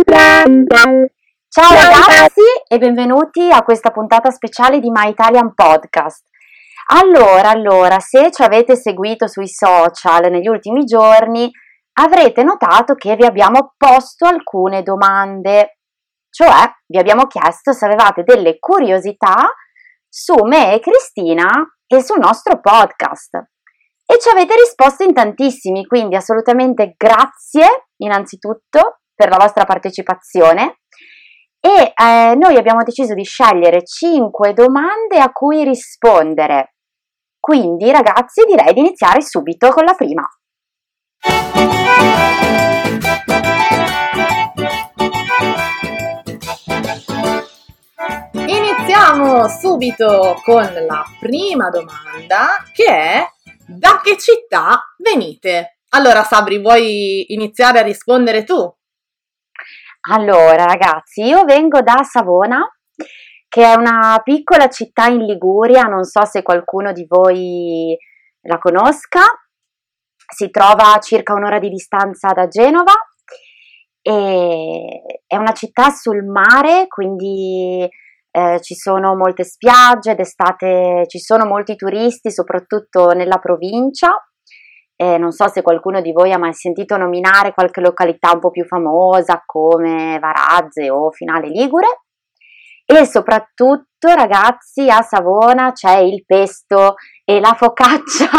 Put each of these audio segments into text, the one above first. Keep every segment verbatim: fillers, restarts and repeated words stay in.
Ciao ragazzi e benvenuti a questa puntata speciale di My Italian Podcast. Allora, allora, se ci avete seguito sui social negli ultimi giorni, avrete notato che vi abbiamo posto alcune domande, cioè vi abbiamo chiesto se avevate delle curiosità su me e Cristina e sul nostro podcast. E ci avete risposto in tantissimi, quindi assolutamente grazie innanzitutto per la vostra partecipazione e eh, noi abbiamo deciso di scegliere cinque domande a cui rispondere. Quindi ragazzi direi di iniziare subito con la prima. Iniziamo subito con la prima domanda, che è: da che città venite? Allora Sabri, vuoi iniziare a rispondere tu? Allora ragazzi, io vengo da Savona, che è una piccola città in Liguria, non so se qualcuno di voi la conosca, si trova a circa un'ora di distanza da Genova e è una città sul mare, quindi eh, ci sono molte spiagge, d'estate ci sono molti turisti, soprattutto nella provincia. Eh, non so se qualcuno di voi ha mai sentito nominare qualche località un po' più famosa come Varazze o Finale Ligure. E soprattutto, ragazzi, a Savona c'è il pesto e la focaccia,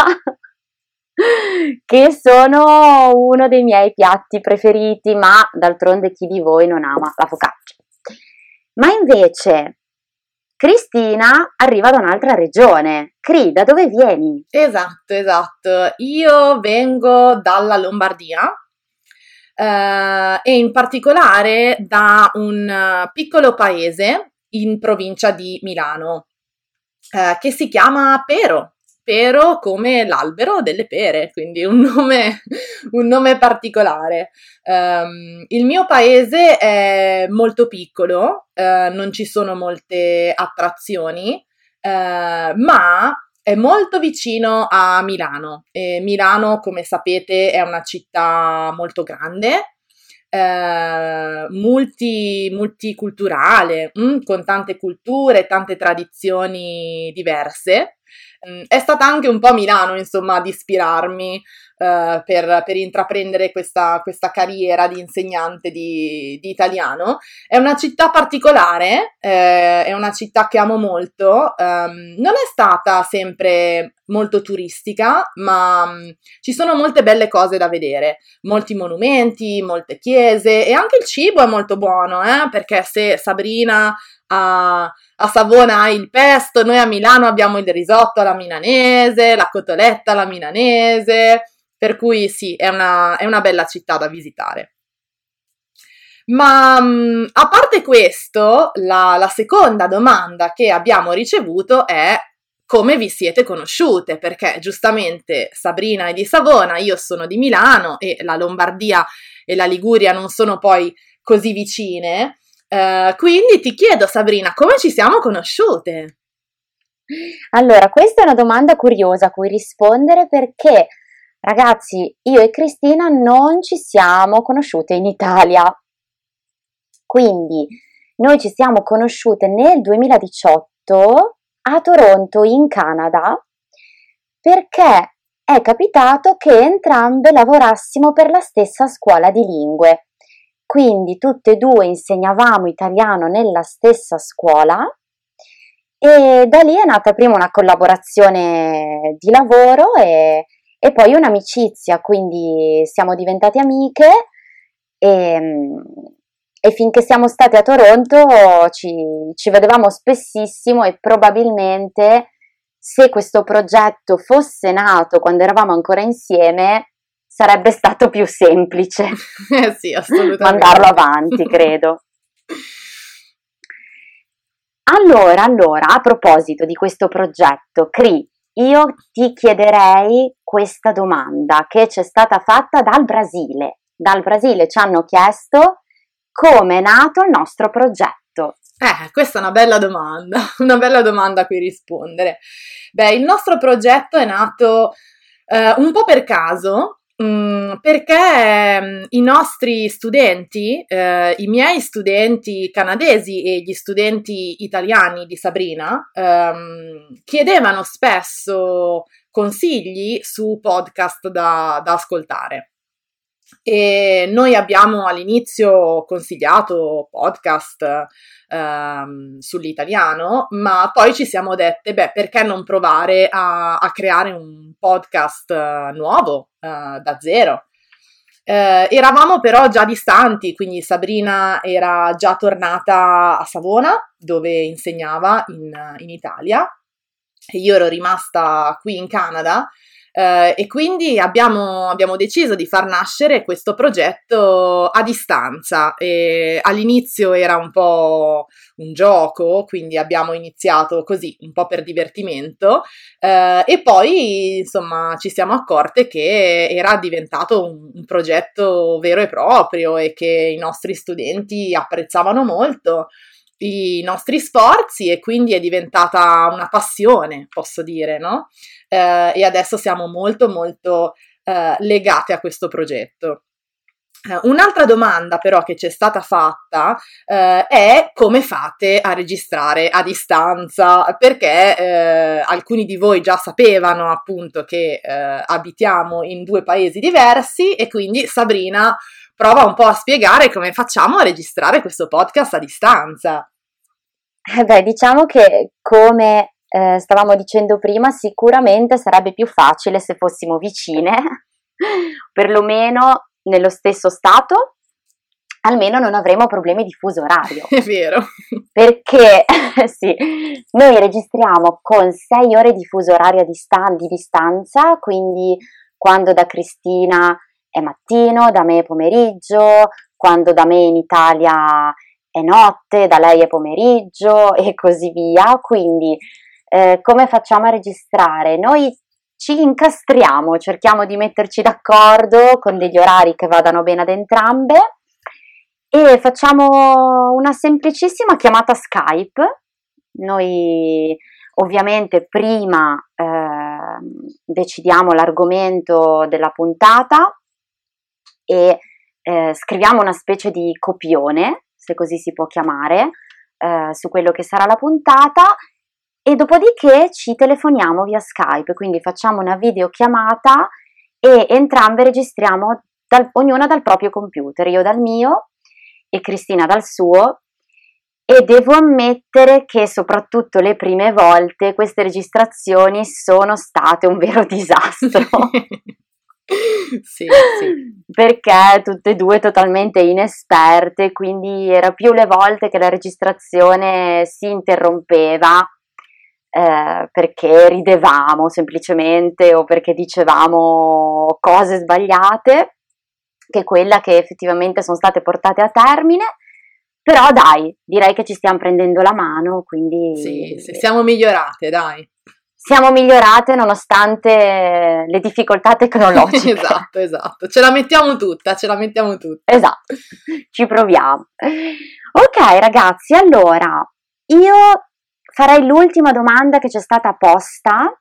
che sono uno dei miei piatti preferiti, ma d'altronde chi di voi non ama la focaccia? Ma invece Cristina arriva da un'altra regione. Cri, da dove vieni? Esatto, esatto. Io vengo dalla Lombardia eh, e in particolare da un piccolo paese in provincia di Milano eh, che si chiama Pero. Pero come l'albero delle pere, quindi un nome, un nome particolare. Um, il mio paese è molto piccolo, uh, non ci sono molte attrazioni, uh, ma è molto vicino a Milano. E Milano, come sapete, è una città molto grande, Uh, multi, multiculturale, mm, con tante culture, tante tradizioni diverse. Mm, è stata anche un po' Milano, insomma, ad ispirarmi uh, per, per intraprendere questa, questa carriera di insegnante di, di italiano. È una città particolare, eh, è una città che amo molto, um, non è stata sempre molto turistica, ma um, ci sono molte belle cose da vedere, molti monumenti, molte chiese e anche il cibo è molto buono, eh? Perché se Sabrina a, a Savona ha il pesto, noi a Milano abbiamo il risotto alla milanese, la cotoletta alla milanese, per cui sì, è una, è una bella città da visitare. Ma a parte questo, la, la seconda domanda che abbiamo ricevuto è: come vi siete conosciute? Perché giustamente Sabrina è di Savona, io sono di Milano e la Lombardia e la Liguria non sono poi così vicine. Uh, quindi ti chiedo, Sabrina, come ci siamo conosciute? Allora, questa è una domanda curiosa a cui rispondere perché, ragazzi, io e Cristina non ci siamo conosciute in Italia. Quindi noi ci siamo conosciute nel duemiladiciotto a Toronto, in Canada, perché è capitato che entrambe lavorassimo per la stessa scuola di lingue. Quindi tutte e due insegnavamo italiano nella stessa scuola e da lì è nata prima una collaborazione di lavoro e, e poi un'amicizia, quindi siamo diventate amiche e, e finché siamo state a Toronto ci, ci vedevamo spessissimo e probabilmente se questo progetto fosse nato quando eravamo ancora insieme sarebbe stato più semplice eh sì, assolutamente. mandarlo avanti, credo. Allora, allora, a proposito di questo progetto, Cri, io ti chiederei questa domanda che ci è stata fatta dal Brasile. Dal Brasile ci hanno chiesto come è nato il nostro progetto. Eh, questa è una bella domanda, una bella domanda a cui rispondere. Beh, il nostro progetto è nato eh, un po' per caso. Mm, perché mm, i nostri studenti, eh, i miei studenti canadesi e gli studenti italiani di Sabrina, ehm, chiedevano spesso consigli su podcast da, da ascoltare. E noi abbiamo all'inizio consigliato podcast ehm, sull'italiano, ma poi ci siamo dette, beh, perché non provare a, a creare un podcast eh, nuovo eh, da zero? Eh, eravamo però già distanti, quindi Sabrina era già tornata a Savona, dove insegnava in, in Italia, e io ero rimasta qui in Canada. Uh, e quindi abbiamo, abbiamo deciso di far nascere questo progetto a distanza. E all'inizio era un po' un gioco, quindi abbiamo iniziato così, un po' per divertimento, uh, e poi insomma ci siamo accorte che era diventato un, un progetto vero e proprio e che i nostri studenti apprezzavano molto i nostri sforzi e quindi è diventata una passione, posso dire, no? Eh, e adesso siamo molto molto eh, legate a questo progetto. Eh, un'altra domanda però che ci è stata fatta eh, è come fate a registrare a distanza, perché eh, alcuni di voi già sapevano appunto che eh, abitiamo in due paesi diversi e quindi Sabrina prova un po' a spiegare come facciamo a registrare questo podcast a distanza. Eh beh, diciamo che come eh, stavamo dicendo prima, sicuramente sarebbe più facile se fossimo vicine, perlomeno nello stesso stato, almeno non avremo problemi di fuso orario. È vero. Perché sì, noi registriamo con sei ore di fuso orario a distan- di distanza, quindi quando da Cristina è mattino, da me è pomeriggio, quando da me in Italia è notte, da lei è pomeriggio e così via. Quindi eh, come facciamo a registrare? Noi ci incastriamo, cerchiamo di metterci d'accordo con degli orari che vadano bene ad entrambe e facciamo una semplicissima chiamata Skype. Noi ovviamente prima eh, decidiamo l'argomento della puntata e eh, scriviamo una specie di copione, se così si può chiamare, eh, su quello che sarà la puntata e dopodiché ci telefoniamo via Skype, quindi facciamo una videochiamata e entrambe registriamo dal, ognuna dal proprio computer, io dal mio e Cristina dal suo, e devo ammettere che soprattutto le prime volte queste registrazioni sono state un vero disastro. Sì, sì. Perché tutte e due totalmente inesperte, quindi era più le volte che la registrazione si interrompeva eh, perché ridevamo semplicemente o perché dicevamo cose sbagliate, che quella che effettivamente sono state portate a termine. Però dai, direi che ci stiamo prendendo la mano, quindi sì, sì, siamo migliorate, dai. Siamo migliorate nonostante le difficoltà tecnologiche. Esatto, esatto. Ce la mettiamo tutta, ce la mettiamo tutta. Esatto, ci proviamo. Ok, ragazzi, allora io farei l'ultima domanda che ci è stata posta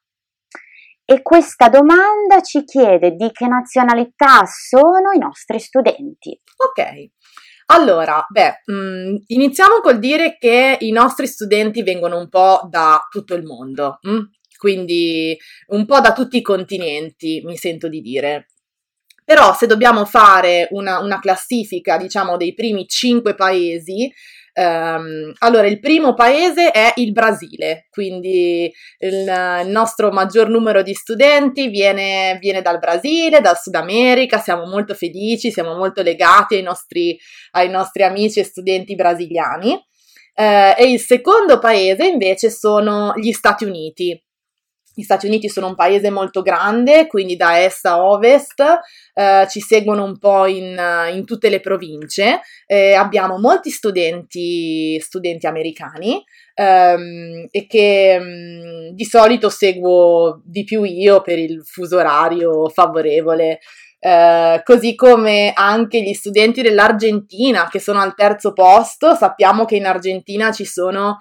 e questa domanda ci chiede di che nazionalità sono i nostri studenti. Ok. Allora, beh, mh, iniziamo col dire che i nostri studenti vengono un po' da tutto il mondo, mh? Quindi un po' da tutti i continenti, mi sento di dire. Però se dobbiamo fare una, una classifica, diciamo, dei primi cinque paesi, ehm, allora il primo paese è il Brasile, quindi il, il nostro maggior numero di studenti viene, viene dal Brasile, dal Sud America, siamo molto felici, siamo molto legati ai nostri, ai nostri amici e studenti brasiliani. Eh, e il secondo paese invece sono gli Stati Uniti. Gli Stati Uniti sono un paese molto grande, quindi da est a ovest eh, ci seguono un po' in, in tutte le province. Eh, abbiamo molti studenti, studenti americani ehm, e che mh, di solito seguo di più io per il fuso orario favorevole. Uh, così come anche gli studenti dell'Argentina che sono al terzo posto. Sappiamo che in Argentina ci sono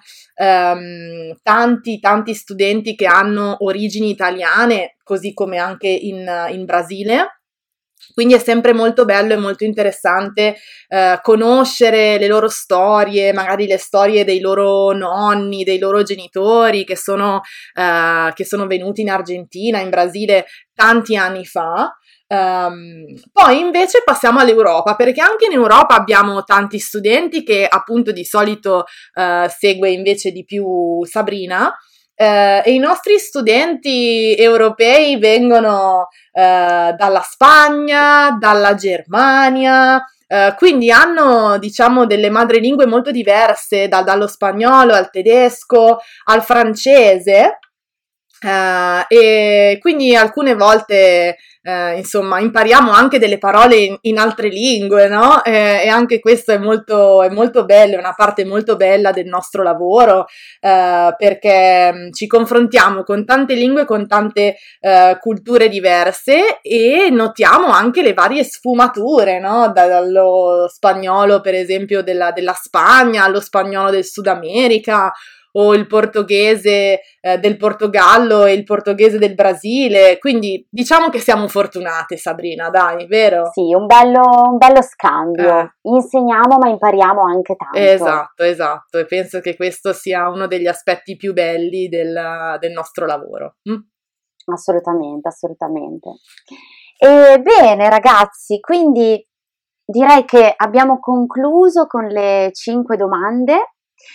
um, tanti tanti studenti che hanno origini italiane, così come anche in, in Brasile, Quindi è sempre molto bello e molto interessante eh, conoscere le loro storie, magari le storie dei loro nonni, dei loro genitori che sono, eh, che sono venuti in Argentina, in Brasile tanti anni fa. Um, poi invece passiamo all'Europa, perché anche in Europa abbiamo tanti studenti che appunto di solito uh, segue invece di più Sabrina. Uh, e i nostri studenti europei vengono uh, dalla Spagna, dalla Germania, uh, quindi hanno, diciamo, delle madrelingue molto diverse, da, dallo spagnolo al tedesco al francese, uh, e quindi alcune volte Uh, insomma, impariamo anche delle parole in, in altre lingue, no? Eh, e anche questo è molto, è molto bello, è una parte molto bella del nostro lavoro, uh, perché um, ci confrontiamo con tante lingue, con tante uh, culture diverse e notiamo anche le varie sfumature, no? Da, dallo spagnolo, per esempio, della, della Spagna, allo spagnolo del Sud America, o il portoghese eh, del Portogallo e il portoghese del Brasile, quindi diciamo che siamo fortunate, Sabrina, dai, vero? Sì, un bello, un bello scambio, eh. Insegniamo ma impariamo anche tanto. Esatto, esatto, e penso che questo sia uno degli aspetti più belli del, del nostro lavoro. Mm? Assolutamente, assolutamente. E bene ragazzi, quindi direi che abbiamo concluso con le cinque domande.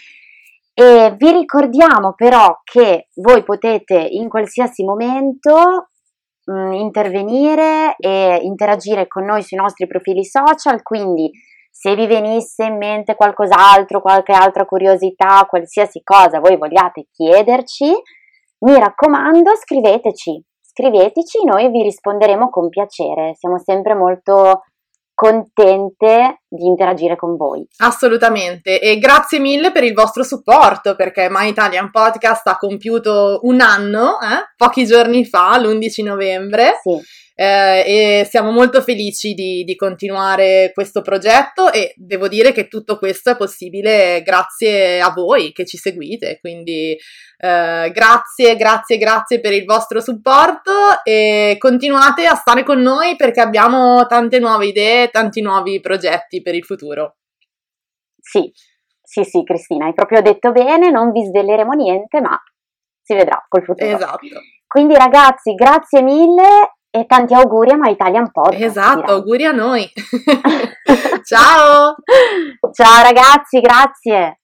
E vi ricordiamo però che voi potete in qualsiasi momento mh, intervenire e interagire con noi sui nostri profili social, quindi se vi venisse in mente qualcos'altro, qualche altra curiosità, qualsiasi cosa voi vogliate chiederci, mi raccomando scriveteci, scriveteci, noi vi risponderemo con piacere, siamo sempre molto contente di interagire con voi. Assolutamente, e grazie mille per il vostro supporto, perché My Italian Podcast ha compiuto un anno, eh? pochi giorni fa, l'undici novembre. Sì. Eh, e siamo molto felici di, di continuare questo progetto e devo dire che tutto questo è possibile grazie a voi che ci seguite, quindi eh, grazie, grazie, grazie per il vostro supporto e continuate a stare con noi perché abbiamo tante nuove idee, tanti nuovi progetti per il futuro. Sì, sì, sì, Cristina, hai proprio detto bene, non vi sveleremo niente, ma si vedrà col futuro. Esatto. Quindi ragazzi, grazie mille. E tanti auguri a My Italian Podcast. Esatto, direi. Auguri a noi. Ciao! Ciao ragazzi, grazie!